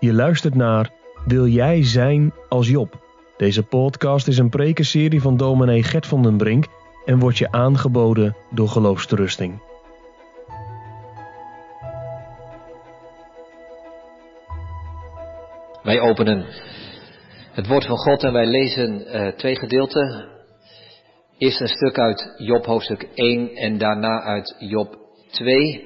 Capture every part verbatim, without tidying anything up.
Je luistert naar Wil jij zijn als Job? Deze podcast is een prekenserie van dominee Gert van den Brink en wordt je aangeboden door Geloofsterusting. Wij openen het woord van God en wij lezen uh, twee gedeelten. Eerst een stuk uit Job hoofdstuk één en daarna uit Job twee.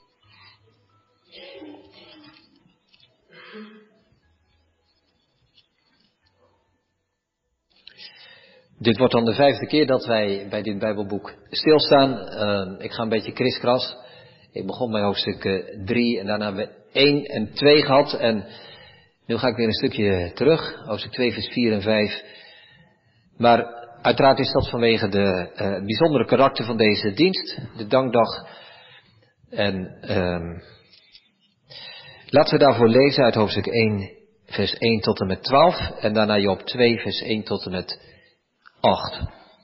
Dit wordt dan de vijfde keer dat wij bij dit Bijbelboek stilstaan. Uh, ik ga een beetje kriskras. Ik begon bij hoofdstuk drie en daarna hebben we één en twee gehad. En nu ga ik weer een stukje terug, hoofdstuk twee vers vier en vijf. Maar uiteraard is dat vanwege de uh, bijzondere karakter van deze dienst, de dankdag. En uh, laten we daarvoor lezen uit hoofdstuk één vers één tot en met twaalf. En daarna Job twee vers één tot en met acht.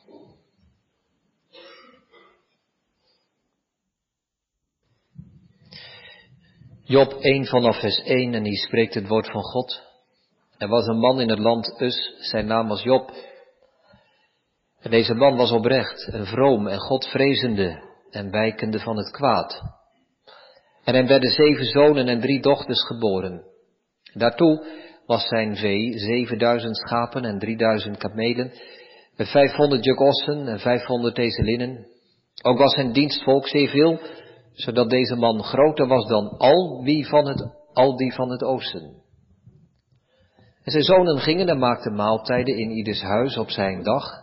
Job één vanaf vers één en die spreekt het woord van God. Er was een man in het land Us, zijn naam was Job. En deze man was oprecht en vroom en Godvrezende en wijkende van het kwaad. En hem werden zeven zonen en drie dochters geboren. Daartoe was zijn vee zevenduizend schapen en drieduizend kamelen, met vijfhonderd juk ossen en vijfhonderd ezelinnen. Ook was zijn dienstvolk zeer veel, zodat deze man groter was dan al wie van het, al die van het oosten. En zijn zonen gingen en maakten maaltijden in ieders huis op zijn dag.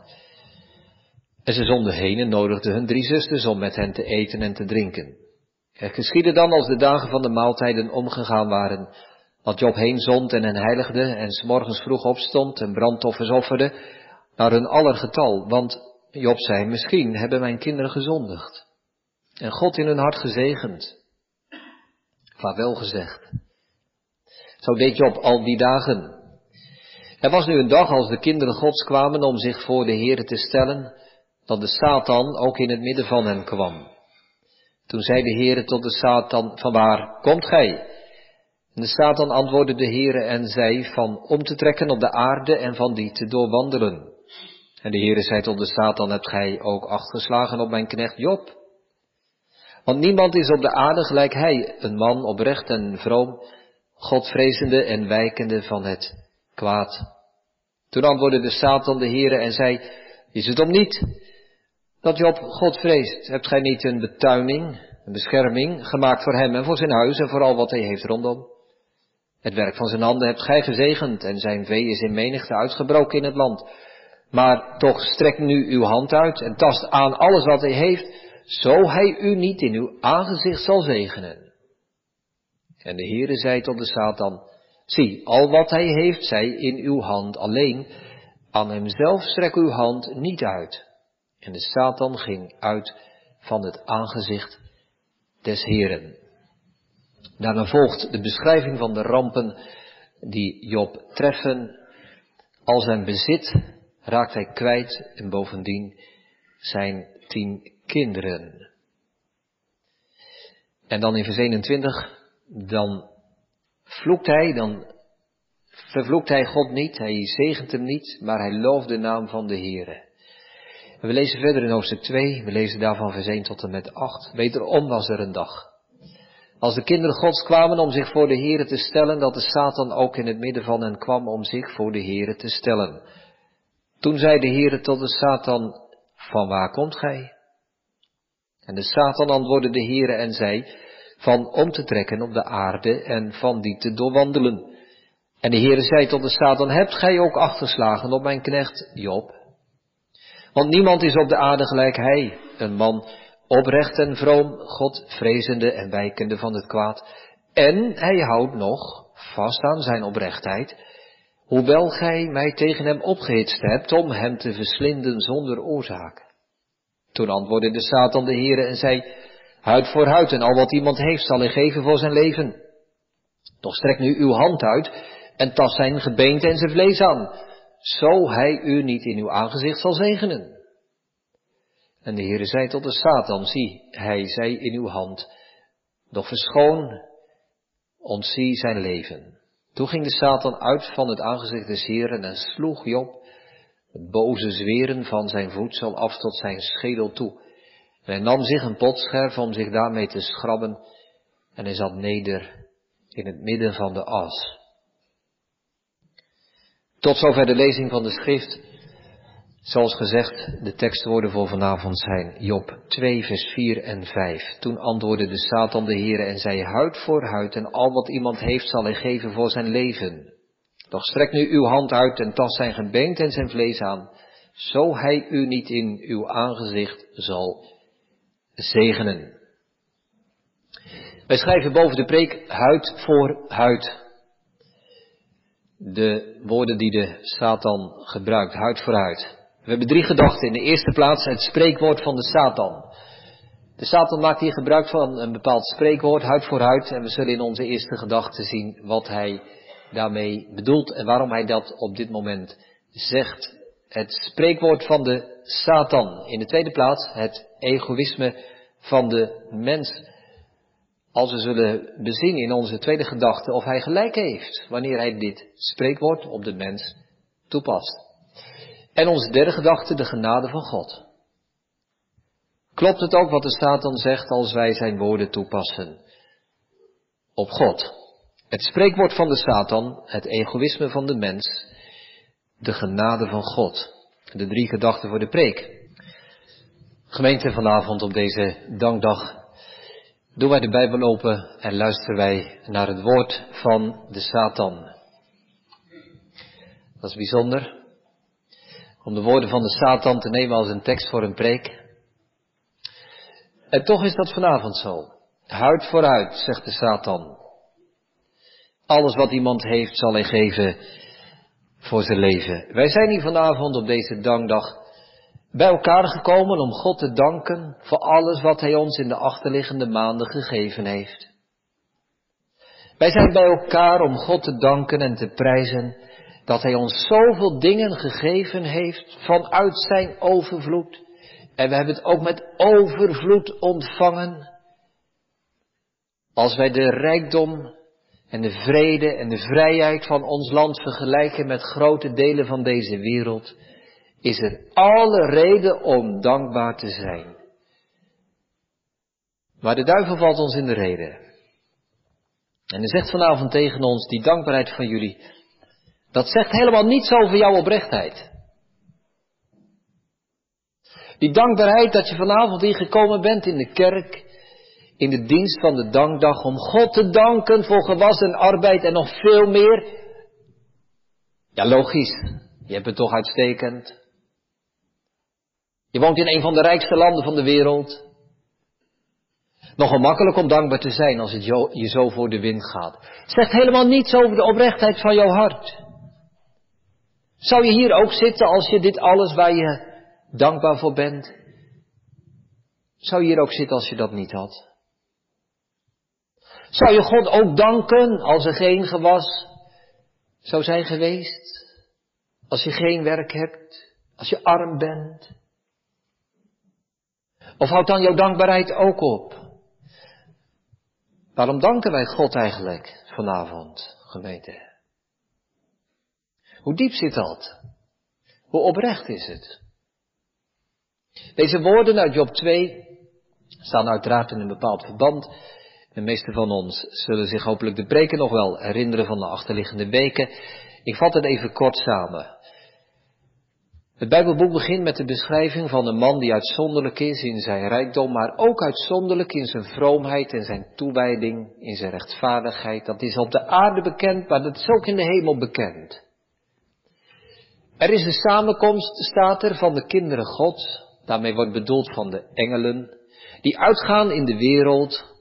En ze zonden heen en nodigden hun drie zusters om met hen te eten en te drinken. Het geschiedde dan als de dagen van de maaltijden omgegaan waren, dat Job heen zond en hen heiligde en 's morgens vroeg opstond en brandoffers offerde naar hun aller getal. Want Job zei, misschien hebben mijn kinderen gezondigd en God in hun hart gezegend. Vaarwel gezegd. Zo deed Job al die dagen. Er was nu een dag als de kinderen Gods kwamen om zich voor de Heere te stellen, dat de Satan ook in het midden van hen kwam. Toen zei de Heere tot de Satan, vanwaar komt gij? En de Satan antwoordde de Heere en zei, van om te trekken op de aarde en van die te doorwandelen. En de Heere zei tot de Satan, hebt gij ook acht geslagen op mijn knecht Job? Want niemand is op de aarde gelijk hij, een man oprecht en vroom, Godvrezende en wijkende van het kwaad. Toen antwoordde de Satan de Heere en zei, is het om niet dat Job God vreest? Hebt gij niet een betuining, een bescherming gemaakt voor hem en voor zijn huis en voor al wat hij heeft rondom? Het werk van zijn handen hebt gij gezegend en zijn vee is in menigte uitgebroken in het land. Maar toch strek nu uw hand uit en tast aan alles wat hij heeft, zo hij u niet in uw aangezicht zal zegenen. En de Heere zei tot de Satan, zie, al wat hij heeft zij in uw hand, alleen aan hemzelf strek uw hand niet uit. En de Satan ging uit van het aangezicht des Heeren. Daarna volgt de beschrijving van de rampen die Job treffen. Al zijn bezit raakt hij kwijt en bovendien zijn tien kinderen. En dan in vers eenentwintig, dan vloekt hij, dan vervloekt hij God niet, hij zegent hem niet, maar hij looft de naam van de Heere. We lezen verder in hoofdstuk twee, we lezen daarvan vers één tot en met acht. Wederom was er een dag, als de kinderen Gods kwamen om zich voor de Heere te stellen, dat de Satan ook in het midden van hen kwam om zich voor de Heere te stellen. Toen zei de Heere tot de Satan, van waar komt gij? En de Satan antwoordde de Heere en zei, van om te trekken op de aarde en van die te doorwandelen. En de Heere zei tot de Satan, hebt gij ook acht geslagen op mijn knecht Job? Want niemand is op de aarde gelijk hij, een man oprecht en vroom, Godvrezende en wijkende van het kwaad. En hij houdt nog vast aan zijn oprechtheid, hoewel gij mij tegen hem opgehitst hebt om hem te verslinden zonder oorzaak. Toen antwoordde de Satan de Heere en zei, huid voor huid en al wat iemand heeft zal hij geven voor zijn leven. Doch strek nu uw hand uit en tast zijn gebeente en zijn vlees aan, zo hij u niet in uw aangezicht zal zegenen. En de Heere zei tot de Satan, zie, hij zij in uw hand, doch verschoon, ontzie zijn leven. Toen ging de Satan uit van het aangezicht des Heeren en sloeg Job het boze zweren van zijn voedsel af tot zijn schedel toe. En hij nam zich een potscherf om zich daarmee te schrabben en hij zat neder in het midden van de as. Tot zover de lezing van de schrift. Zoals gezegd, de tekstwoorden voor vanavond zijn Job twee vers vier en vijf. Toen antwoordde de Satan de Heere en zei, huid voor huid en al wat iemand heeft zal hij geven voor zijn leven. Doch strek nu uw hand uit en tast zijn gebeente en zijn vlees aan, zo hij u niet in uw aangezicht zal zegenen. Wij schrijven boven de preek huid voor huid. De woorden die de Satan gebruikt, huid voor huid. We hebben drie gedachten. In de eerste plaats het spreekwoord van de Satan. De Satan maakt hier gebruik van een bepaald spreekwoord, huid voor huid. En we zullen in onze eerste gedachte zien wat hij daarmee bedoelt en waarom hij dat op dit moment zegt. Het spreekwoord van de Satan. In de tweede plaats het egoïsme van de mens. Als we zullen bezien in onze tweede gedachte of hij gelijk heeft wanneer hij dit spreekwoord op de mens toepast. En onze derde gedachte, de genade van God. Klopt het ook wat de Satan zegt als wij zijn woorden toepassen op God? Het spreekwoord van de Satan, het egoïsme van de mens, de genade van God. De drie gedachten voor de preek. Gemeente, vanavond op deze dankdag doen wij de Bijbel open en luisteren wij naar het woord van de Satan. Dat is bijzonder, om de woorden van de Satan te nemen als een tekst voor een preek. En toch is dat vanavond zo. Huid voor huid, zegt de Satan. Alles wat iemand heeft zal hij geven voor zijn leven. Wij zijn hier vanavond op deze dankdag bij elkaar gekomen om God te danken voor alles wat hij ons in de achterliggende maanden gegeven heeft. Wij zijn bij elkaar om God te danken en te prijzen dat hij ons zoveel dingen gegeven heeft vanuit zijn overvloed. En we hebben het ook met overvloed ontvangen. Als wij de rijkdom en de vrede en de vrijheid van ons land vergelijken met grote delen van deze wereld, is er alle reden om dankbaar te zijn. Maar de duivel valt ons in de reden. En hij zegt vanavond tegen ons, die dankbaarheid van jullie, dat zegt helemaal niets over jouw oprechtheid. Die dankbaarheid dat je vanavond hier gekomen bent in de kerk, in de dienst van de dankdag, om God te danken voor gewas en arbeid en nog veel meer. Ja, logisch, je hebt het toch uitstekend. Je woont in een van de rijkste landen van de wereld. Nogal makkelijk om dankbaar te zijn als het je zo voor de wind gaat. Het zegt helemaal niets over de oprechtheid van jouw hart. Zou je hier ook zitten als je dit alles waar je dankbaar voor bent? Zou je hier ook zitten als je dat niet had? Zou je God ook danken als er geen gewas zou zijn geweest? Als je geen werk hebt? Als je arm bent? Of houdt dan jouw dankbaarheid ook op? Waarom danken wij God eigenlijk vanavond, gemeente? Hoe diep zit dat? Hoe oprecht is het? Deze woorden uit Job twee staan uiteraard in een bepaald verband. De meesten van ons zullen zich hopelijk de preken nog wel herinneren van de achterliggende weken. Ik vat het even kort samen. Het Bijbelboek begint met de beschrijving van een man die uitzonderlijk is in zijn rijkdom, maar ook uitzonderlijk in zijn vroomheid en zijn toewijding, in zijn rechtvaardigheid. Dat is op de aarde bekend, maar dat is ook in de hemel bekend. Er is een samenkomst, staat er, van de kinderen Gods, daarmee wordt bedoeld van de engelen, die uitgaan in de wereld.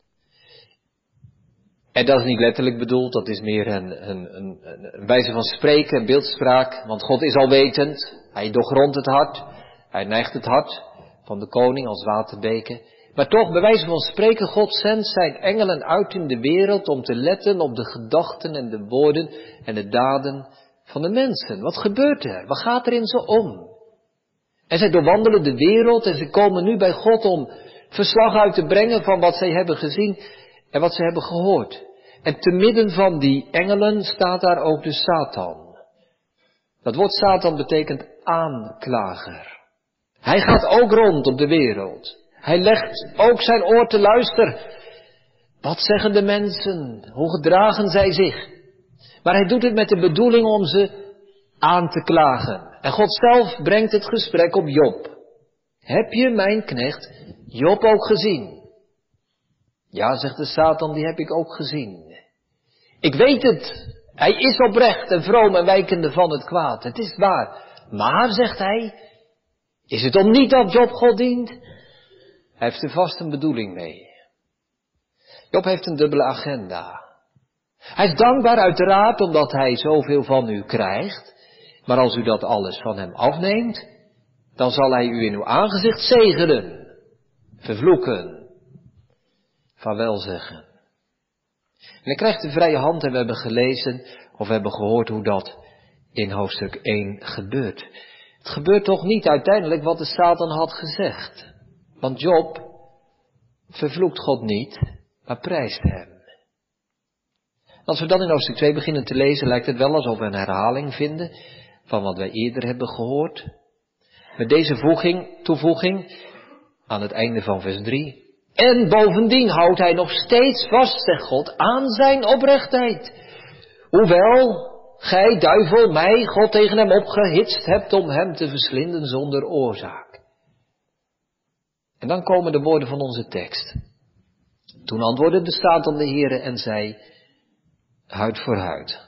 En dat is niet letterlijk bedoeld, dat is meer een, een, een, een wijze van spreken, een beeldspraak, want God is alwetend. Hij doorgrondt het hart, hij neigt het hart van de koning als waterbeken. Maar toch, bij wijze van spreken, God zendt zijn engelen uit in de wereld om te letten op de gedachten en de woorden en de daden van de mensen. Wat gebeurt er? Wat gaat er in ze om? En zij doorwandelen de wereld en ze komen nu bij God om verslag uit te brengen van wat zij hebben gezien en wat zij hebben gehoord. En te midden van die engelen staat daar ook de Satan. Dat woord Satan betekent aanklager. Hij gaat ook rond op de wereld. Hij legt ook zijn oor te luisteren. Wat zeggen de mensen? Hoe gedragen zij zich? Maar hij doet het met de bedoeling om ze aan te klagen. En God zelf brengt het gesprek op Job. Heb je mijn knecht Job ook gezien? Ja, zegt de Satan, die heb ik ook gezien. Ik weet het. Hij is oprecht en vroom en wijkende van het kwaad. Het is waar. Maar, zegt hij, is het om niet dat Job God dient? Hij heeft er vast een bedoeling mee. Job heeft een dubbele agenda. Hij is dankbaar uiteraard omdat hij zoveel van u krijgt. Maar als u dat alles van hem afneemt, dan zal hij u in uw aangezicht zegenen, vervloeken, vaarwel zeggen. En hij krijgt de vrije hand en we hebben gelezen of we hebben gehoord hoe dat in hoofdstuk één gebeurt. Het gebeurt toch niet uiteindelijk wat de Satan had gezegd. Want Job vervloekt God niet, maar prijst hem. Als we dan in hoofdstuk twee beginnen te lezen, lijkt het wel alsof we een herhaling vinden van wat wij eerder hebben gehoord. Met deze voeging, toevoeging aan het einde van vers drie. En bovendien houdt hij nog steeds vast, zegt God, aan zijn oprechtheid. Hoewel gij, duivel, mij, God tegen hem opgehitst hebt om hem te verslinden zonder oorzaak. En dan komen de woorden van onze tekst. Toen antwoordde de Satan de Heere en zei, huid voor huid.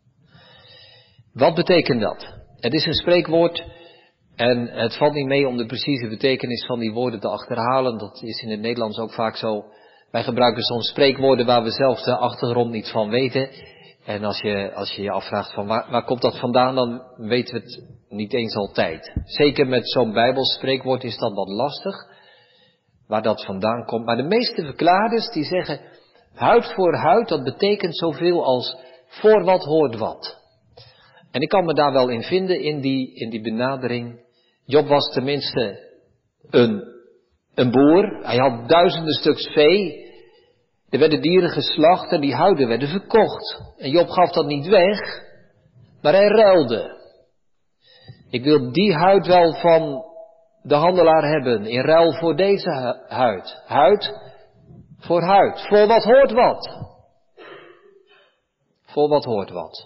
Wat betekent dat? Het is een spreekwoord en het valt niet mee om de precieze betekenis van die woorden te achterhalen. Dat is in het Nederlands ook vaak zo. Wij gebruiken soms spreekwoorden waar we zelf de achtergrond niet van weten. En als je als je, je afvraagt van waar, waar komt dat vandaan, dan weten we het niet eens altijd. Zeker met zo'n Bijbels spreekwoord is dat wat lastig, waar dat vandaan komt. Maar de meeste verklaarders die zeggen, huid voor huid, dat betekent zoveel als voor wat hoort wat. En ik kan me daar wel in vinden, in die, in die benadering. Job was tenminste een, een boer. Hij had duizenden stuks vee. Er werden dieren geslacht en die huiden werden verkocht. En Job gaf dat niet weg, maar hij ruilde. Ik wil die huid wel van de handelaar hebben, in ruil voor deze huid. Huid voor huid. Voor wat hoort wat. Voor wat hoort wat.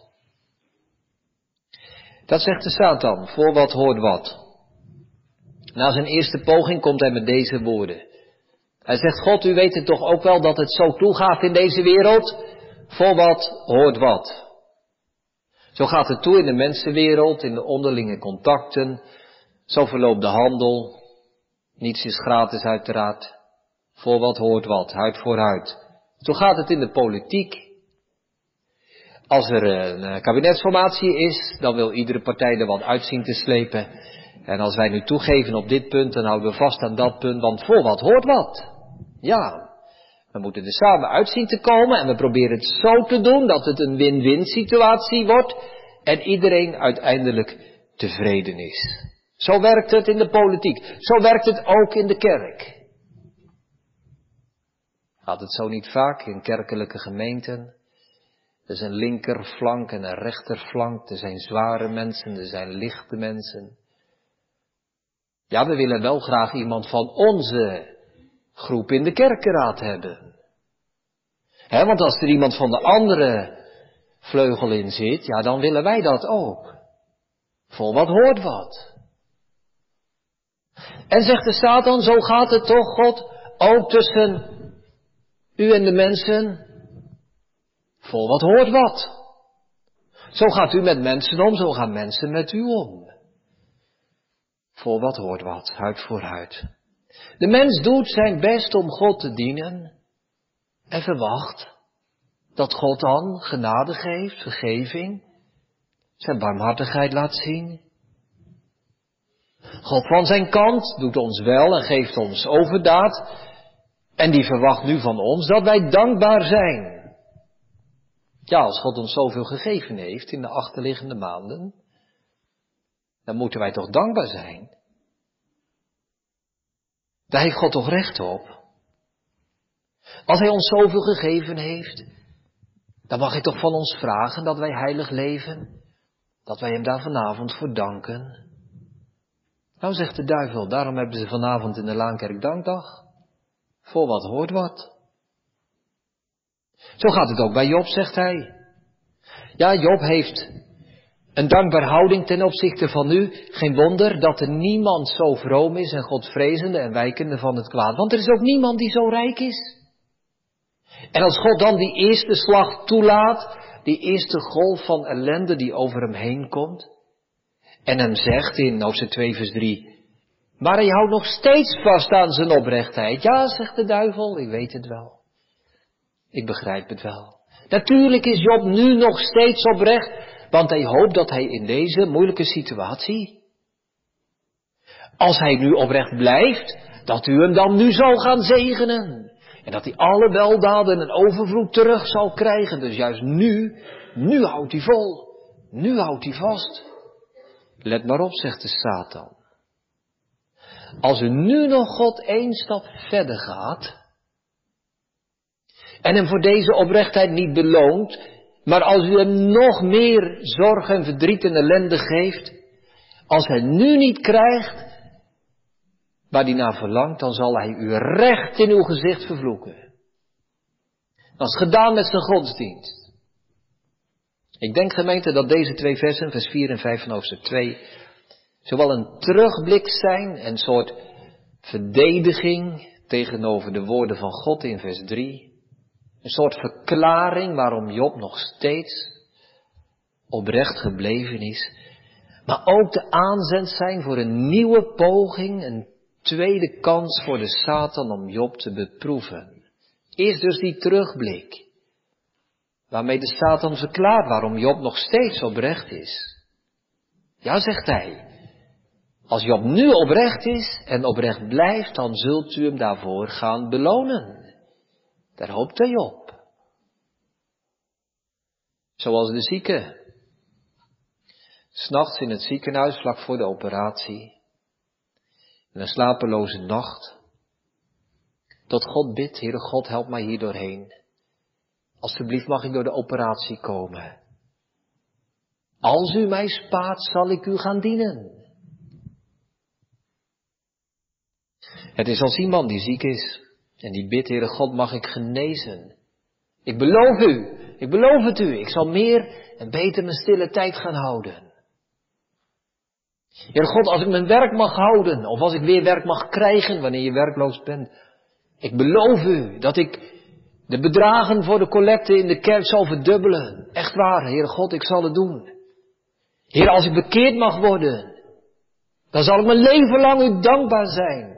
Dat zegt de Satan, voor wat hoort wat. Na zijn eerste poging komt hij met deze woorden. Hij zegt, God, u weet het toch ook wel dat het zo toegaat in deze wereld? Voor wat hoort wat. Zo gaat het toe in de mensenwereld, in de onderlinge contacten. Zo verloopt de handel. Niets is gratis uiteraard. Voor wat hoort wat, huid voor huid. Zo gaat het in de politiek. Als er een kabinetsformatie is, dan wil iedere partij er wat uit zien te slepen. En als wij nu toegeven op dit punt, dan houden we vast aan dat punt, want voor wat hoort wat. Ja, we moeten er samen uit zien te komen en we proberen het zo te doen dat het een win-win situatie wordt en iedereen uiteindelijk tevreden is. Zo werkt het in de politiek, zo werkt het ook in de kerk. Gaat het zo niet vaak in kerkelijke gemeenten? Er is een linkerflank en een rechterflank. Er zijn zware mensen, er zijn lichte mensen. Ja, we willen wel graag iemand van onze groep in de kerkenraad hebben. He, want als er iemand van de andere vleugel in zit, ja, dan willen wij dat ook. Voor wat hoort wat. En zegt de Satan, zo gaat het toch, God, ook tussen u en de mensen. Voor wat hoort wat. Zo gaat u met mensen om, zo gaan mensen met u om. Voor wat hoort wat, huid voor huid. De mens doet zijn best om God te dienen en verwacht dat God dan genade geeft, vergeving, zijn barmhartigheid laat zien. God van zijn kant doet ons wel en geeft ons overdaad en die verwacht nu van ons dat wij dankbaar zijn. Ja, als God ons zoveel gegeven heeft in de achterliggende maanden, dan moeten wij toch dankbaar zijn. Daar heeft God toch recht op. Als hij ons zoveel gegeven heeft, Dan mag hij toch van ons vragen dat wij heilig leven, dat wij hem daar vanavond voor danken. Nou zegt de duivel, daarom hebben ze vanavond in de Laankerk dankdag. Voor wat hoort wat. Zo gaat het ook bij Job, zegt hij. Ja, Job heeft een dankbare houding ten opzichte van u. Geen wonder dat er niemand zo vroom is en godvrezende en wijkende van het kwaad. Want er is ook niemand die zo rijk is. En als God dan die eerste slag toelaat, die eerste golf van ellende die over hem heen komt, en hem zegt in hoofdstuk twee vers drie, maar hij houdt nog steeds vast aan zijn oprechtheid. Ja, zegt de duivel, ik weet het wel. Ik begrijp het wel. Natuurlijk is Job nu nog steeds oprecht, want hij hoopt dat hij in deze moeilijke situatie, als hij nu oprecht blijft, dat u hem dan nu zal gaan zegenen. En dat hij alle weldaden en overvloed terug zal krijgen. Dus juist nu, nu houdt hij vol. Nu houdt hij vast. Let maar op, zegt de Satan. Als u nu nog God één stap verder gaat, en hem voor deze oprechtheid niet beloont, maar als u hem nog meer zorg en verdriet en ellende geeft, als hij nu niet krijgt waar hij naar verlangt, dan zal hij u recht in uw gezicht vervloeken. Dat is gedaan met zijn godsdienst. Ik denk, gemeente, dat deze twee versen, vers vier en vijf van hoofdstuk twee, zowel een terugblik zijn, een soort verdediging tegenover de woorden van God in vers drie, een soort verklaring waarom Job nog steeds oprecht gebleven is, maar ook de aanzet zijn voor een nieuwe poging, een tweede kans voor de Satan om Job te beproeven. Eerst dus die terugblik, waarmee de Satan verklaart waarom Job nog steeds oprecht is. Ja, zegt hij, als Job nu oprecht is en oprecht blijft, dan zult u hem daarvoor gaan belonen. Daar hoopt hij op. Zoals de zieke, 's nachts in het ziekenhuis vlak voor de operatie, in een slapeloze nacht, tot God bidt, Heere God, help mij hier doorheen. Alsjeblieft mag ik door de operatie komen. Als u mij spaart, zal ik u gaan dienen. Het is als iemand die ziek is en die bidt, Heere God, mag ik genezen. Ik beloof u, ik beloof het u, ik zal meer en beter mijn stille tijd gaan houden. Heere God, als ik mijn werk mag houden, of als ik weer werk mag krijgen wanneer je werkloos bent, ik beloof u dat ik de bedragen voor de collecte in de kerk zal verdubbelen. Echt waar, Heere God, ik zal het doen. Heer, als ik bekeerd mag worden, dan zal ik mijn leven lang u dankbaar zijn.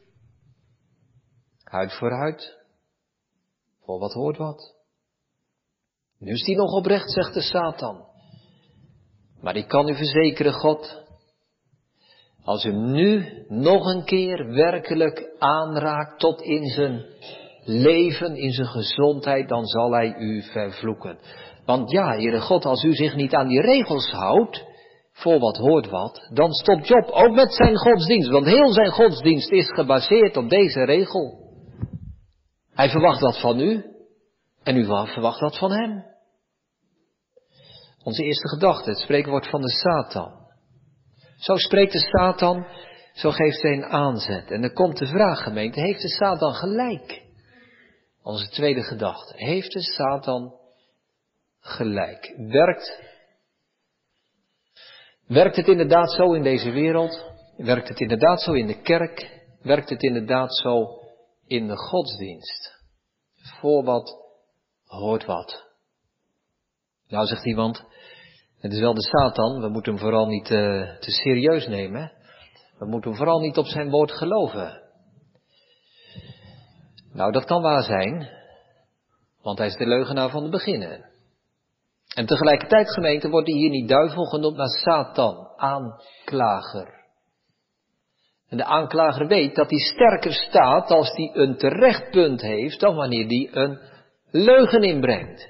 Huid voor huid, voor wat hoort wat. Nu is die nog oprecht, zegt de Satan. Maar ik kan u verzekeren, God, als u nu nog een keer werkelijk aanraakt tot in zijn leven, in zijn gezondheid, dan zal hij u vervloeken. Want ja, Heere God, als u zich niet aan die regels houdt, voor wat hoort wat, dan stopt Job ook met zijn godsdienst. Want heel zijn godsdienst is gebaseerd op deze regel. Hij verwacht dat van u en u verwacht dat van hem. Onze eerste gedachte, het spreekwoord van de Satan. Zo spreekt de Satan, zo geeft hij een aanzet. En dan komt de vraag, gemeente, heeft de Satan gelijk? Onze tweede gedachte, heeft de Satan gelijk? Werkt, werkt het inderdaad zo in deze wereld? Werkt het inderdaad zo in de kerk? Werkt het inderdaad zo in de godsdienst? Voor wat hoort wat? Nou, zegt iemand, het is wel de Satan, we moeten hem vooral niet uh, te serieus nemen. We moeten hem vooral niet op zijn woord geloven. Nou, dat kan waar zijn, want hij is de leugenaar van de beginnen. En tegelijkertijd, gemeente, wordt hij hier niet duivel genoemd, maar Satan, aanklager. En de aanklager weet dat hij sterker staat als hij een terecht punt heeft dan wanneer hij een leugen inbrengt.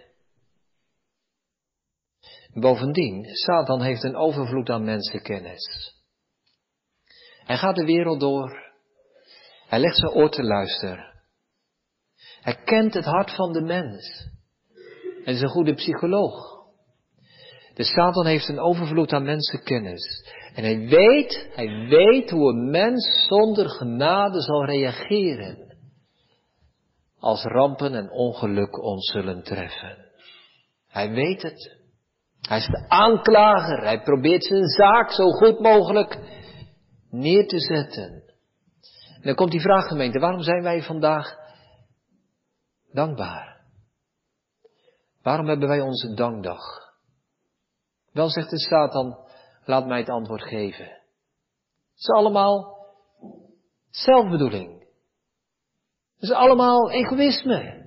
Bovendien, Satan heeft een overvloed aan mensenkennis. Hij gaat de wereld door. Hij legt zijn oor te luisteren. Hij kent het hart van de mens. En is een goede psycholoog. De Satan heeft een overvloed aan mensenkennis. En hij weet, hij weet hoe een mens zonder genade zal reageren. Als rampen en ongeluk ons zullen treffen. Hij weet het. Hij is de aanklager. Hij probeert zijn zaak zo goed mogelijk neer te zetten. En dan komt die vraag, gemeente, waarom zijn wij vandaag dankbaar? Waarom hebben wij onze dankdag? Wel, zegt de Satan, laat mij het antwoord geven. Het is allemaal zelfbedoeling. Het is allemaal egoïsme.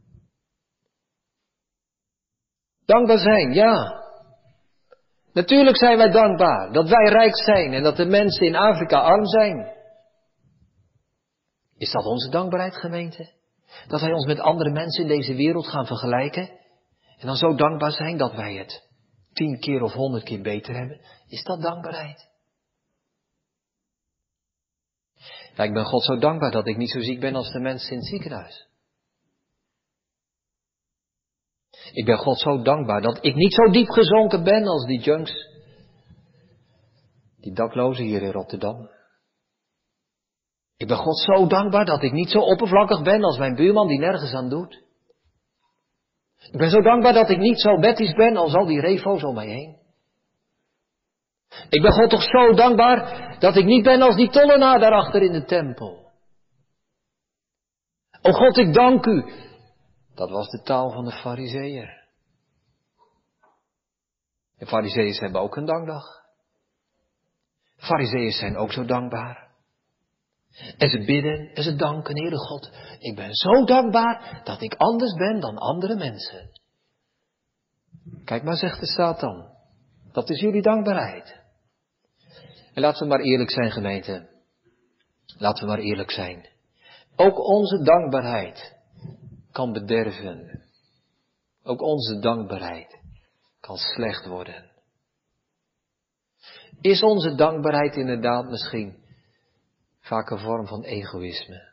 Dankbaar zijn, ja. Natuurlijk zijn wij dankbaar dat wij rijk zijn en dat de mensen in Afrika arm zijn. Is dat onze dankbaarheid, gemeente? Dat wij ons met andere mensen in deze wereld gaan vergelijken en dan zo dankbaar zijn dat wij het tien keer of honderd keer beter hebben? Is dat dankbaarheid? Ja, ik ben God zo dankbaar dat ik niet zo ziek ben als de mensen in het ziekenhuis. Ik ben God zo dankbaar dat ik niet zo diep gezonken ben als die junks, die daklozen hier in Rotterdam. Ik ben God zo dankbaar dat ik niet zo oppervlakkig ben als mijn buurman die nergens aan doet. Ik ben zo dankbaar dat ik niet zo wettisch ben als al die refo's om mij heen. Ik ben God toch zo dankbaar dat ik niet ben als die tollenaar daarachter in de tempel. O God, ik dank u. Dat was de taal van de Farizeeër. De Farizeeërs hebben ook een dankdag. Farizeeërs zijn ook zo dankbaar. En ze bidden en ze danken, Heere God. Ik ben zo dankbaar dat ik anders ben dan andere mensen. Kijk maar, zegt de Satan. Dat is jullie dankbaarheid. En laten we maar eerlijk zijn, gemeente. Laten we maar eerlijk zijn. Ook onze dankbaarheid kan bederven. Ook onze dankbaarheid kan slecht worden. Is onze dankbaarheid inderdaad misschien vaak een vorm van egoïsme?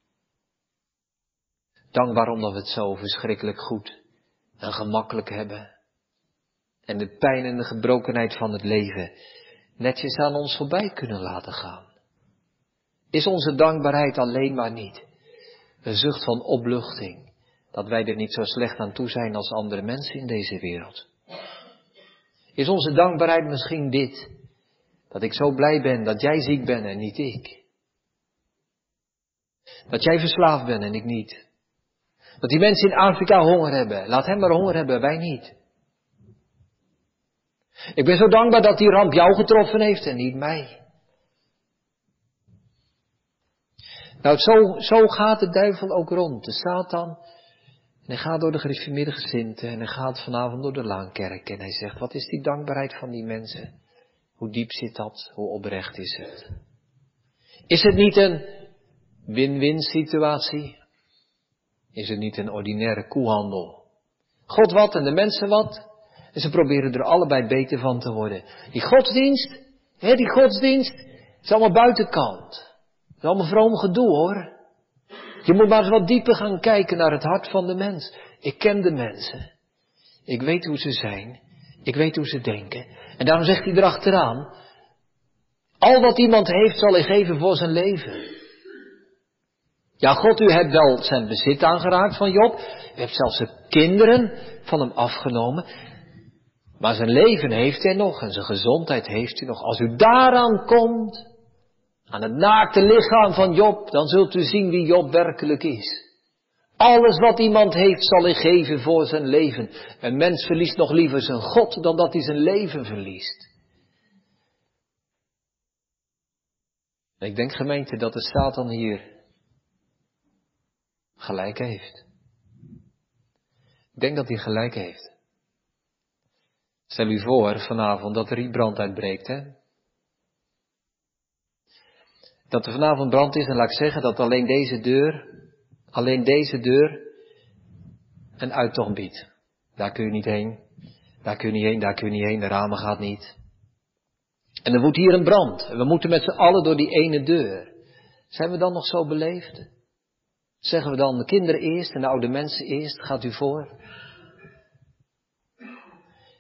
Dankbaar omdat we het zo verschrikkelijk goed en gemakkelijk hebben. En de pijn en de gebrokenheid van het leven netjes aan ons voorbij kunnen laten gaan. Is onze dankbaarheid alleen maar niet een zucht van opluchting, dat wij er niet zo slecht aan toe zijn als andere mensen in deze wereld? Is onze dankbaarheid misschien dit, dat ik zo blij ben dat jij ziek bent en niet ik? Dat jij verslaafd bent en ik niet? Dat die mensen in Afrika honger hebben, laat hen maar honger hebben, wij niet. Ik ben zo dankbaar dat die ramp jou getroffen heeft en niet mij. Nou, zo, zo gaat de duivel ook rond, de Satan. En hij gaat door de gereformeerde gezinten en hij gaat vanavond door de Laankerk. En hij zegt, wat is die dankbaarheid van die mensen? Hoe diep zit dat? Hoe oprecht is het? Is het niet een win-win situatie? Is het niet een ordinaire koehandel? God wat en de mensen wat? En ze proberen er allebei beter van te worden. Die godsdienst, hè, die godsdienst, is allemaal buitenkant. Het is allemaal vroom gedoe, hoor. Je moet maar eens wat dieper gaan kijken naar het hart van de mens. Ik ken de mensen. Ik weet hoe ze zijn. Ik weet hoe ze denken. En daarom zegt hij erachteraan, al wat iemand heeft zal hij geven voor zijn leven. Ja, God, u hebt wel zijn bezit aangeraakt van Job. U hebt zelfs zijn kinderen van hem afgenomen. Maar zijn leven heeft hij nog en zijn gezondheid heeft hij nog. Als u daaraan komt, aan het naakte lichaam van Job, dan zult u zien wie Job werkelijk is. Alles wat iemand heeft zal hij geven voor zijn leven. Een mens verliest nog liever zijn God dan dat hij zijn leven verliest. Ik denk, gemeente, dat de Satan hier gelijk heeft. Ik denk dat hij gelijk heeft. Stel u voor vanavond dat er hier brand uitbreekt, hè? Dat er vanavond brand is en laat ik zeggen dat alleen deze deur, alleen deze deur een uittocht biedt. Daar kun je niet heen, daar kun je niet heen, daar kun je niet heen, de ramen gaat niet. En er woedt hier een brand en we moeten met z'n allen door die ene deur. Zijn we dan nog zo beleefd? Zeggen we dan de kinderen eerst en de oude mensen eerst, gaat u voor?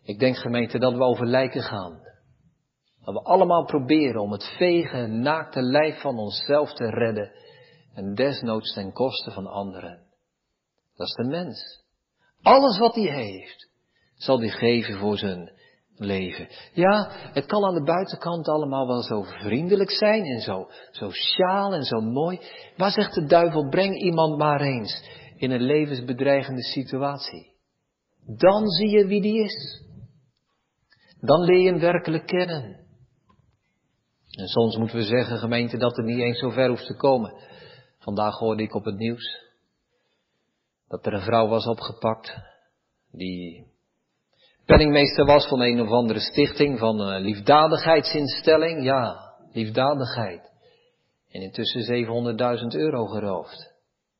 Ik denk, gemeente, dat we over lijken gaan. Dat we allemaal proberen om het vege, naakte lijf van onszelf te redden. En desnoods ten koste van anderen. Dat is de mens. Alles wat hij heeft, zal hij geven voor zijn leven. Ja, het kan aan de buitenkant allemaal wel zo vriendelijk zijn en zo sociaal en zo mooi. Maar zegt de duivel, breng iemand maar eens in een levensbedreigende situatie. Dan zie je wie die is. Dan leer je hem werkelijk kennen. En soms moeten we zeggen, gemeente, dat het niet eens zo ver hoeft te komen. Vandaag hoorde ik op het nieuws dat er een vrouw was opgepakt die penningmeester was van een of andere stichting, van een liefdadigheidsinstelling. Ja, liefdadigheid. En intussen zevenhonderdduizend euro geroofd.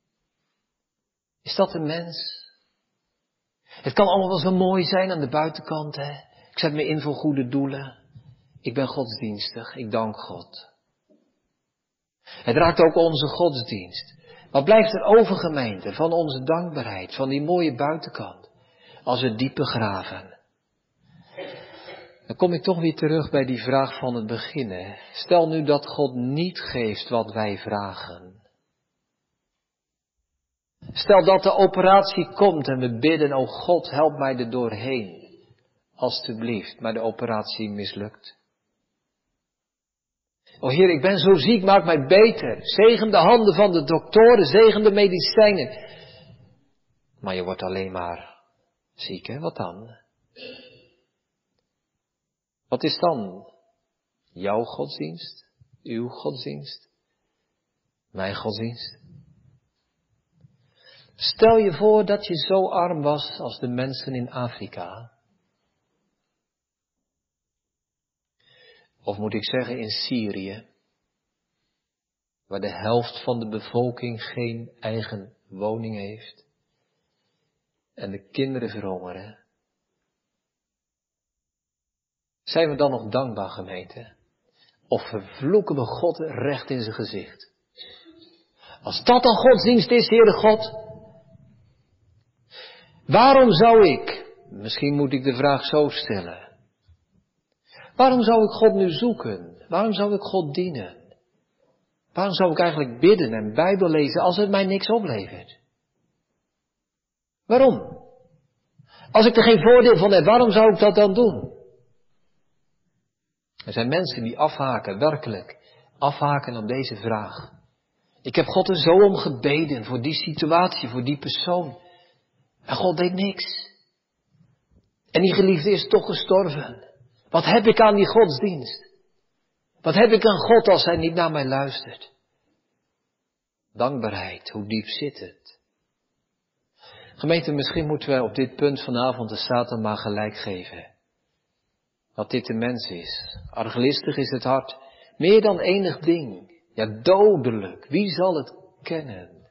Is dat een mens? Het kan allemaal wel zo mooi zijn aan de buitenkant, hè. Ik zet me in voor goede doelen. Ik ben godsdienstig, ik dank God. Het raakt ook onze godsdienst. Wat blijft er over, gemeente, van onze dankbaarheid, van die mooie buitenkant, als we diep begraven? Dan kom ik toch weer terug bij die vraag van het begin. Hè. Stel nu dat God niet geeft wat wij vragen. Stel dat de operatie komt en we bidden, o God, help mij er doorheen. Alsjeblieft, maar de operatie mislukt. O Heer, ik ben zo ziek, maak mij beter. Zegen de handen van de doktoren, zegen de medicijnen. Maar je wordt alleen maar ziek, hè? Wat dan? Wat is dan jouw godsdienst? Uw godsdienst? Mijn godsdienst? Stel je voor dat je zo arm was als de mensen in Afrika. Of moet ik zeggen in Syrië, waar de helft van de bevolking geen eigen woning heeft. En de kinderen verhongeren. Zijn we dan nog dankbaar, gemeente? Of vervloeken we God recht in zijn gezicht? Als dat dan godsdienst is, Heere God. Waarom zou ik, misschien moet ik de vraag zo stellen. Waarom zou ik God nu zoeken? Waarom zou ik God dienen? Waarom zou ik eigenlijk bidden en Bijbel lezen als het mij niks oplevert? Waarom? Als ik er geen voordeel van heb, waarom zou ik dat dan doen? Er zijn mensen die afhaken, werkelijk, afhaken op deze vraag. Ik heb God er zo om gebeden voor die situatie, voor die persoon. En God deed niks. En die geliefde is toch gestorven. Wat heb ik aan die godsdienst? Wat heb ik aan God als hij niet naar mij luistert? Dankbaarheid, hoe diep zit het? Gemeente, misschien moeten wij op dit punt vanavond de Satan maar gelijk geven. Dat dit de mens is. Arglistig is het hart. Meer dan enig ding. Ja, dodelijk. Wie zal het kennen?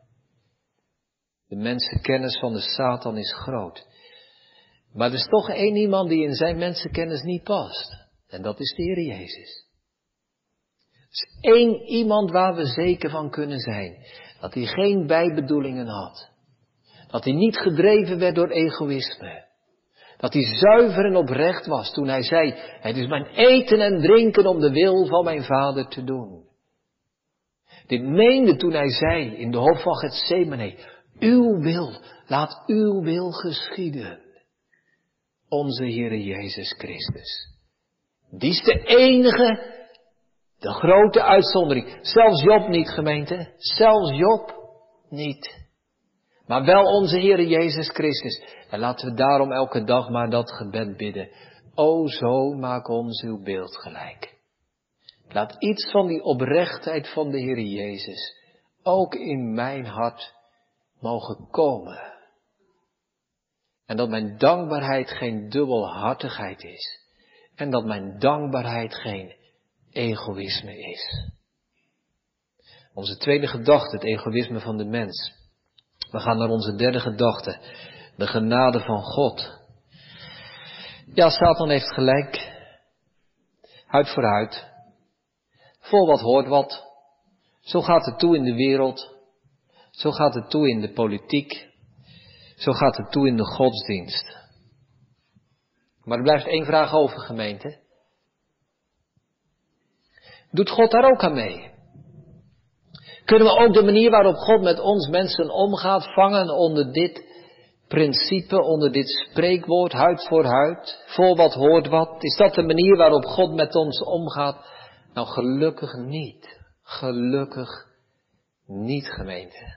De mensenkennis van de Satan is groot. Maar er is toch één iemand die in zijn mensenkennis niet past. En dat is de Heer Jezus. Er is één iemand waar we zeker van kunnen zijn. Dat hij geen bijbedoelingen had. Dat hij niet gedreven werd door egoïsme. Dat hij zuiver en oprecht was toen hij zei, het is mijn eten en drinken om de wil van mijn Vader te doen. Dit meende toen hij zei in de hof van Getsemane, uw wil, laat uw wil geschieden. Onze Heere Jezus Christus. Die is de enige, de grote uitzondering. Zelfs Job niet, gemeente. Zelfs Job niet. Maar wel onze Heere Jezus Christus. En laten we daarom elke dag maar dat gebed bidden. O Zoon, maak ons uw beeld gelijk. Laat iets van die oprechtheid van de Heere Jezus ook in mijn hart mogen komen. En dat mijn dankbaarheid geen dubbelhartigheid is. En dat mijn dankbaarheid geen egoïsme is. Onze tweede gedachte, het egoïsme van de mens. We gaan naar onze derde gedachte, de genade van God. Ja, Satan heeft gelijk. Huid voor huid. Voor wat hoort wat. Zo gaat het toe in de wereld. Zo gaat het toe in de politiek. Zo gaat het toe in de godsdienst. Maar er blijft één vraag over, gemeente. Doet God daar ook aan mee? Kunnen we ook de manier waarop God met ons mensen omgaat vangen onder dit principe, onder dit spreekwoord, huid voor huid, voor wat hoort wat? Is dat de manier waarop God met ons omgaat? Nou, gelukkig niet. Gelukkig niet, gemeente.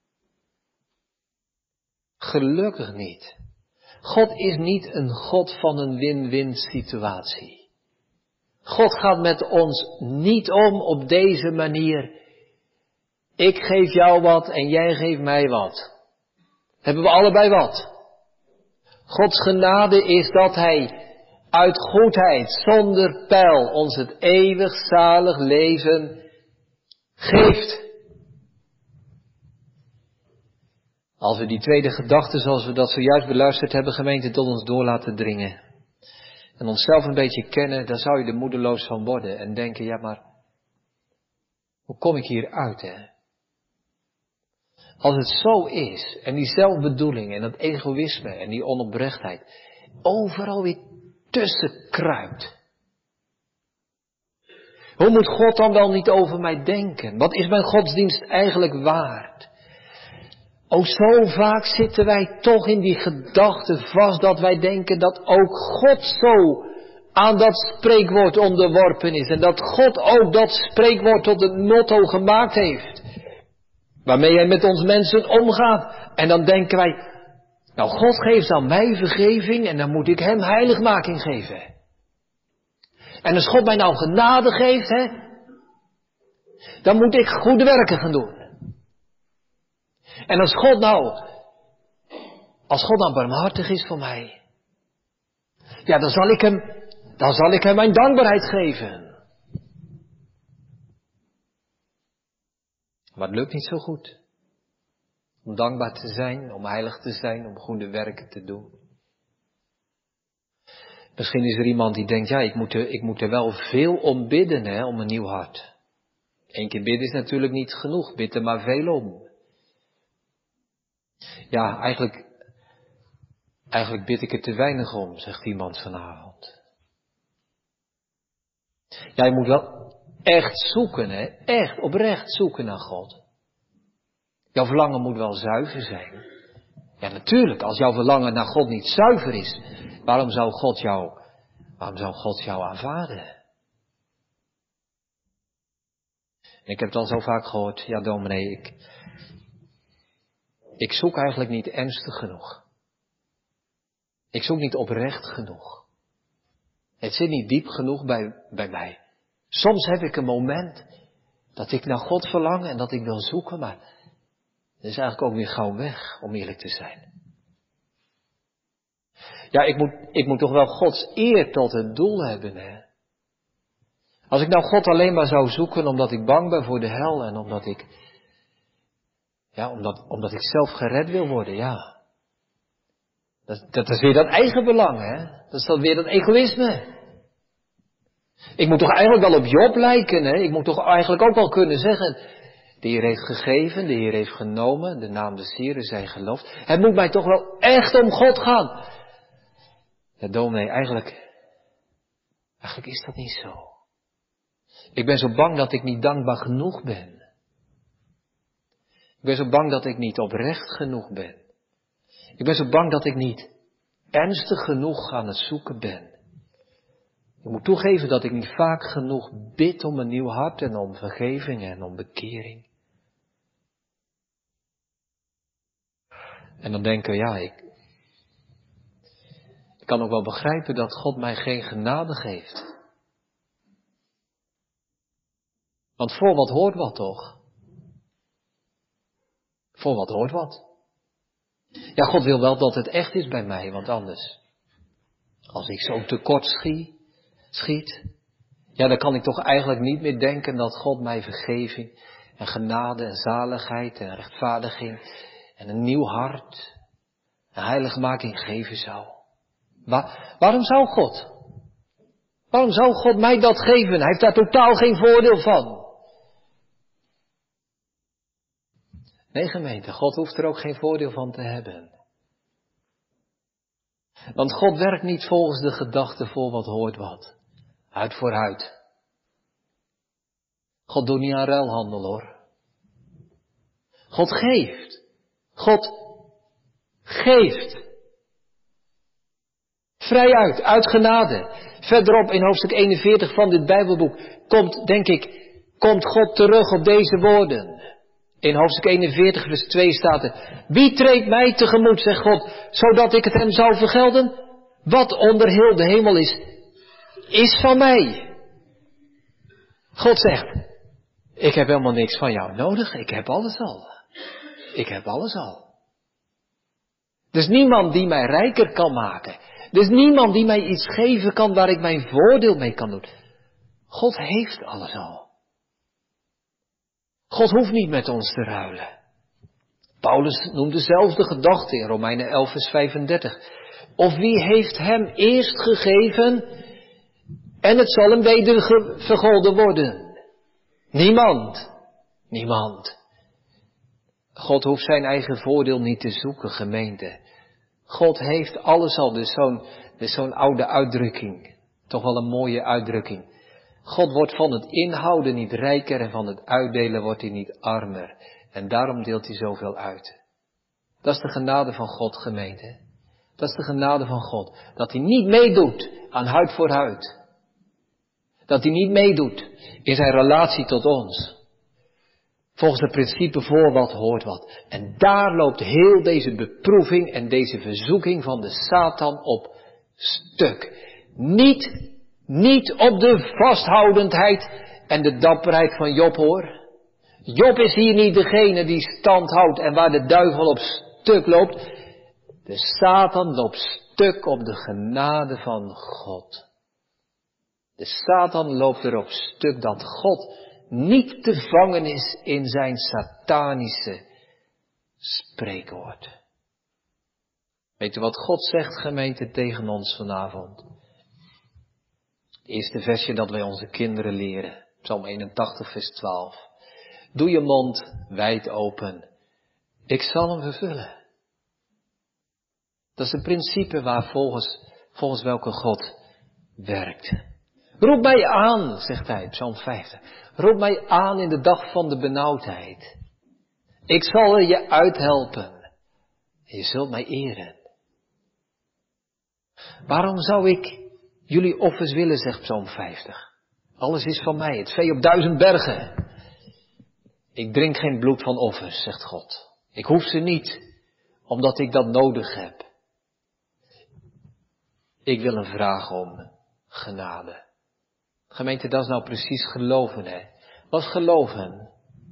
Gelukkig niet. God is niet een God van een win-win situatie. God gaat met ons niet om op deze manier. Ik geef jou wat en jij geeft mij wat. Hebben we allebei wat? Gods genade is dat Hij uit goedheid, zonder peil, ons het eeuwig zalig leven geeft. Als we die tweede gedachte, zoals we dat zojuist beluisterd hebben, gemeente, tot ons door laten dringen. En onszelf een beetje kennen, dan zou je er moedeloos van worden. En denken, ja maar, hoe kom ik hier uit, hè? Als het zo is, en die zelfbedoeling, en dat egoïsme, en die onoprechtheid, overal weer tussen kruipt. Hoe moet God dan wel niet over mij denken? Wat is mijn godsdienst eigenlijk waard? O, zo vaak zitten wij toch in die gedachte vast dat wij denken dat ook God zo aan dat spreekwoord onderworpen is. En dat God ook dat spreekwoord tot het motto gemaakt heeft. Waarmee hij met ons mensen omgaat. En dan denken wij, nou God geeft dan mij vergeving en dan moet ik hem heiligmaking geven. En als God mij nou genade geeft, hè, dan moet ik goede werken gaan doen. En als God nou, als God nou barmhartig is voor mij, ja, dan zal ik hem, dan zal ik hem mijn dankbaarheid geven. Maar het lukt niet zo goed. Om dankbaar te zijn, om heilig te zijn, om goede werken te doen. Misschien is er iemand die denkt, ja, ik moet er, ik moet er wel veel om bidden, hè, om een nieuw hart. Eén keer bidden is natuurlijk niet genoeg, bid er maar veel om. Ja, eigenlijk, eigenlijk bid ik er te weinig om, zegt iemand vanavond. Ja, je moet wel echt zoeken, hè, echt oprecht zoeken naar God. Jouw verlangen moet wel zuiver zijn. Ja, natuurlijk, als jouw verlangen naar God niet zuiver is, waarom zou God jou, waarom zou God jou aanvaarden? En ik heb het al zo vaak gehoord, ja dominee, ik, ik zoek eigenlijk niet ernstig genoeg. Ik zoek niet oprecht genoeg. Het zit niet diep genoeg bij, bij mij. Soms heb ik een moment dat ik naar God verlang en dat ik wil zoeken, maar dat is eigenlijk ook weer gauw weg, om eerlijk te zijn. Ja, ik moet, ik moet toch wel Gods eer tot het doel hebben, hè. Als ik nou God alleen maar zou zoeken omdat ik bang ben voor de hel en omdat ik, ja, omdat, omdat ik zelf gered wil worden, ja. Dat, dat is weer dat eigen belang, hè. Dat is dan weer dat egoïsme. Ik moet toch eigenlijk wel op Job lijken, hè. Ik moet toch eigenlijk ook wel kunnen zeggen, de Heer heeft gegeven, de Heer heeft genomen, de naam des Heeren zij geloofd. Het moet mij toch wel echt om God gaan. Ja, dominee, eigenlijk, eigenlijk is dat niet zo. Ik ben zo bang dat ik niet dankbaar genoeg ben. Ik ben zo bang dat ik niet oprecht genoeg ben. Ik ben zo bang dat ik niet ernstig genoeg aan het zoeken ben. Ik moet toegeven dat ik niet vaak genoeg bid om een nieuw hart en om vergeving en om bekering. En dan denken we, ja, ik, ik kan ook wel begrijpen dat God mij geen genade geeft. Want voor wat hoort wat toch? Voor wat hoort wat? Ja, God wil wel dat het echt is bij mij, want anders, als ik zo tekort schiet, schiet, ja, dan kan ik toch eigenlijk niet meer denken dat God mij vergeving en genade en zaligheid en rechtvaardiging en een nieuw hart en heiligmaking geven zou. Waar, waarom zou God? Waarom zou God mij dat geven? Hij heeft daar totaal geen voordeel van. Nee, gemeente, God hoeft er ook geen voordeel van te hebben. Want God werkt niet volgens de gedachte voor wat hoort wat. Huid voor huid. God doet niet aan ruilhandel hoor. God geeft. God geeft. Vrij uit, uit genade. Verderop in hoofdstuk eenenveertig van dit Bijbelboek komt, denk ik, komt God terug op deze woorden. In hoofdstuk eenenveertig vers twee staat er: wie treedt mij tegemoet, zegt God, zodat ik het hem zou vergelden? Wat onder heel de hemel is, is van mij. God zegt: ik heb helemaal niks van jou nodig, ik heb alles al. Ik heb alles al. Er is niemand die mij rijker kan maken. Er is niemand die mij iets geven kan waar ik mijn voordeel mee kan doen. God heeft alles al. God hoeft niet met ons te ruilen. Paulus noemt dezelfde gedachte in Romeinen elf vers vijfendertig. Of wie heeft hem eerst gegeven en het zal hem weder vergolden worden? Niemand. Niemand. God hoeft zijn eigen voordeel niet te zoeken, gemeente. God heeft alles al, dus zo'n, dus zo'n oude uitdrukking. Toch wel een mooie uitdrukking. God wordt van het inhouden niet rijker en van het uitdelen wordt hij niet armer. En daarom deelt hij zoveel uit. Dat is de genade van God, gemeente. Dat is de genade van God. Dat hij niet meedoet aan huid voor huid. Dat hij niet meedoet in zijn relatie tot ons. Volgens het principe voor wat hoort wat. En daar loopt heel deze beproeving en deze verzoeking van de Satan op stuk. Niet, niet op de vasthoudendheid en de dapperheid van Job hoor. Job is hier niet degene die stand houdt en waar de duivel op stuk loopt. De Satan loopt stuk op de genade van God. De Satan loopt erop stuk dat God niet te vangen is in zijn satanische spreekwoord. Weet u wat God zegt, gemeente, tegen ons vanavond? Het eerste versje dat wij onze kinderen leren. Psalm eenentachtig vers twaalf. Doe je mond wijd open. Ik zal hem vervullen. Dat is een principe waar volgens, volgens welke God werkt. Roep mij aan, zegt hij, Psalm vijftig. Roep mij aan in de dag van de benauwdheid. Ik zal er je uithelpen. Je zult mij eren. Waarom zou ik jullie offers willen, zegt Psalm vijftig. Alles is van mij, het vee op duizend bergen. Ik drink geen bloed van offers, zegt God. Ik hoef ze niet, omdat ik dat nodig heb. Ik wil een vraag om genade. Gemeente, dat is nou precies geloven, hè. Wat is geloven?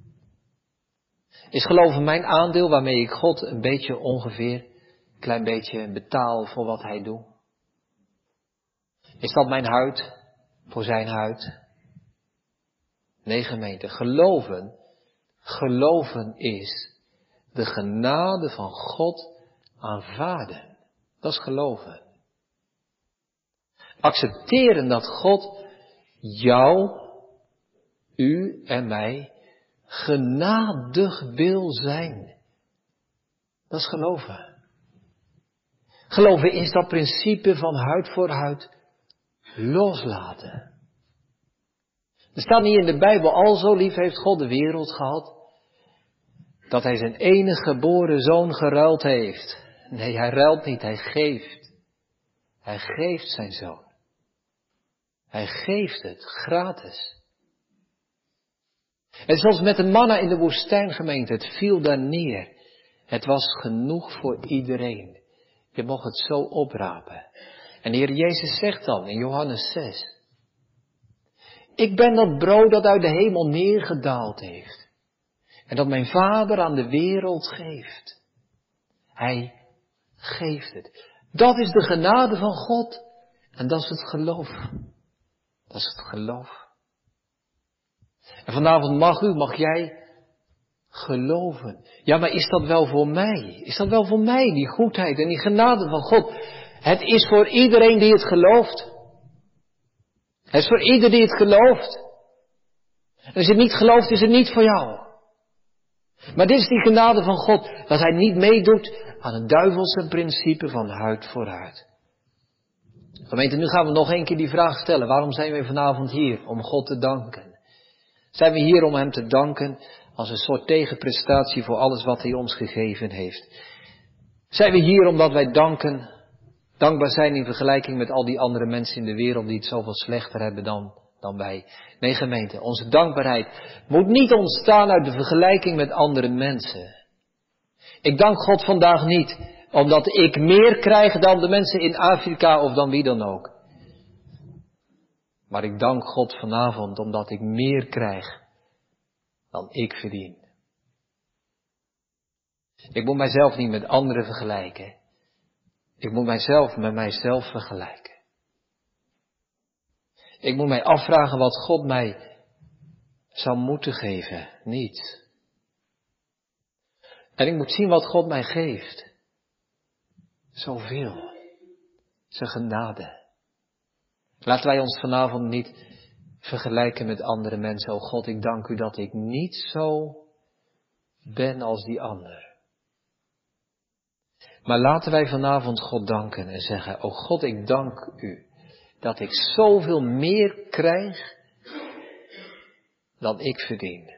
Is geloven mijn aandeel waarmee ik God een beetje ongeveer, een klein beetje betaal voor wat hij doet? Is dat mijn huid voor zijn huid? Nee, gemeente, geloven, geloven is de genade van God aanvaarden. Dat is geloven. Accepteren dat God jou, u en mij genadig wil zijn. Dat is geloven. Geloven is dat principe van huid voor huid loslaten. Er staat niet in de Bijbel, al zo lief heeft God de wereld gehad, dat hij zijn enige geboren zoon geruild heeft. Nee, hij ruilt niet, hij geeft. Hij geeft zijn zoon. Hij geeft het gratis. En zoals met de manna in de woestijn, gemeente, het viel daar neer. Het was genoeg voor iedereen. Je mocht het zo oprapen. En de Heer Jezus zegt dan in Johannes zes. Ik ben dat brood dat uit de hemel neergedaald heeft. En dat mijn Vader aan de wereld geeft. Hij geeft het. Dat is de genade van God. En dat is het geloof. Dat is het geloof. En vanavond mag u, mag jij geloven. Ja, maar is dat wel voor mij? Is dat wel voor mij, die goedheid en die genade van God? Het is voor iedereen die het gelooft. Het is voor ieder die het gelooft. En als je het niet gelooft, is het niet voor jou. Maar dit is die genade van God, dat hij niet meedoet aan een duivelse principe van huid voor huid. Gemeente, nu gaan we nog een keer die vraag stellen. Waarom zijn we vanavond hier? Om God te danken. Zijn we hier om Hem te danken als een soort tegenprestatie voor alles wat Hij ons gegeven heeft? Zijn we hier omdat wij danken, dankbaar zijn in vergelijking met al die andere mensen in de wereld die het zoveel slechter hebben dan, dan wij? Nee, gemeente, onze dankbaarheid moet niet ontstaan uit de vergelijking met andere mensen. Ik dank God vandaag niet omdat ik meer krijg dan de mensen in Afrika of dan wie dan ook. Maar ik dank God vanavond omdat ik meer krijg dan ik verdien. Ik moet mijzelf niet met anderen vergelijken. Ik moet mijzelf met mijzelf vergelijken. Ik moet mij afvragen wat God mij zou moeten geven. Niets. En ik moet zien wat God mij geeft. Zoveel. Zijn genade. Laten wij ons vanavond niet vergelijken met andere mensen. O God, ik dank u dat ik niet zo ben als die ander. Maar laten wij vanavond God danken en zeggen, o God, ik dank u dat ik zoveel meer krijg dan ik verdien.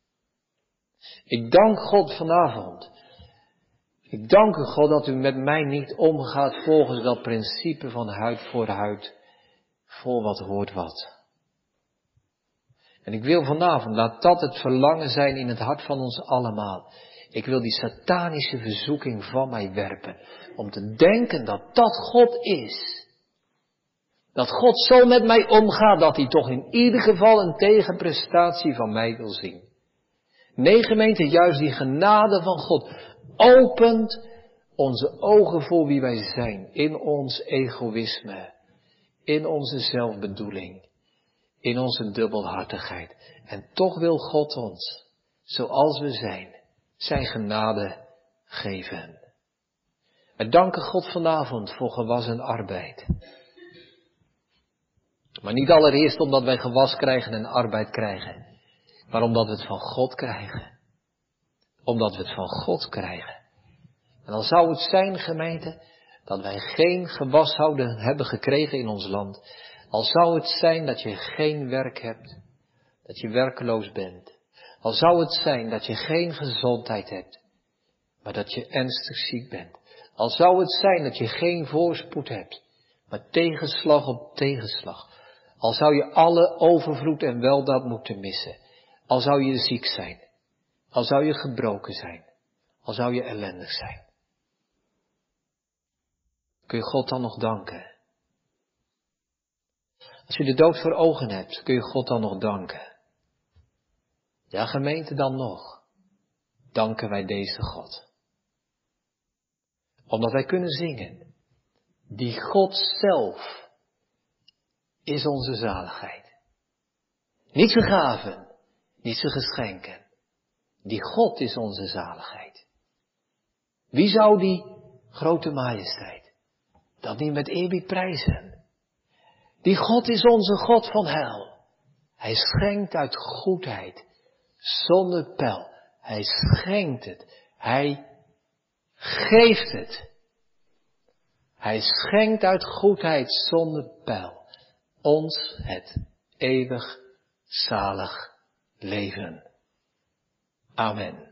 Ik dank God vanavond. Ik dank u, God, dat u met mij niet omgaat volgens dat principe van huid voor huid, voor wat hoort wat. En ik wil vanavond, laat dat het verlangen zijn in het hart van ons allemaal. Ik wil die satanische verzoeking van mij werpen. Om te denken dat dat God is. Dat God zo met mij omgaat dat hij toch in ieder geval een tegenprestatie van mij wil zien. Nee, gemeente, juist die genade van God opent onze ogen voor wie wij zijn. In ons egoïsme. In onze zelfbedoeling. In onze dubbelhartigheid. En toch wil God ons, zoals we zijn, zijn genade geven. We danken God vanavond voor gewas en arbeid. Maar niet allereerst omdat wij gewas krijgen en arbeid krijgen. Maar omdat we het van God krijgen. Omdat we het van God krijgen. En dan zou het zijn, gemeente, dat wij geen gewas zouden hebben gekregen in ons land. Al zou het zijn dat je geen werk hebt. Dat je werkeloos bent. Al zou het zijn dat je geen gezondheid hebt. Maar dat je ernstig ziek bent. Al zou het zijn dat je geen voorspoed hebt. Maar tegenslag op tegenslag. Al zou je alle overvloed en weldaad moeten missen. Al zou je ziek zijn. Al zou je gebroken zijn. Al zou je ellendig zijn. Kun je God dan nog danken? Als je de dood voor ogen hebt, kun je God dan nog danken? Ja, gemeente, dan nog. Danken wij deze God. Omdat wij kunnen zingen. Die God zelf is onze zaligheid. Niet zijn gaven, niet zijn geschenken. Die God is onze zaligheid. Wie zou die grote majesteit dat niet met eerbied prijzen? Die God is onze God van heil. Hij schenkt uit goedheid, zonder peil. Hij schenkt het. Hij geeft het. Hij schenkt uit goedheid zonder peil ons het eeuwig zalig leven. Amen.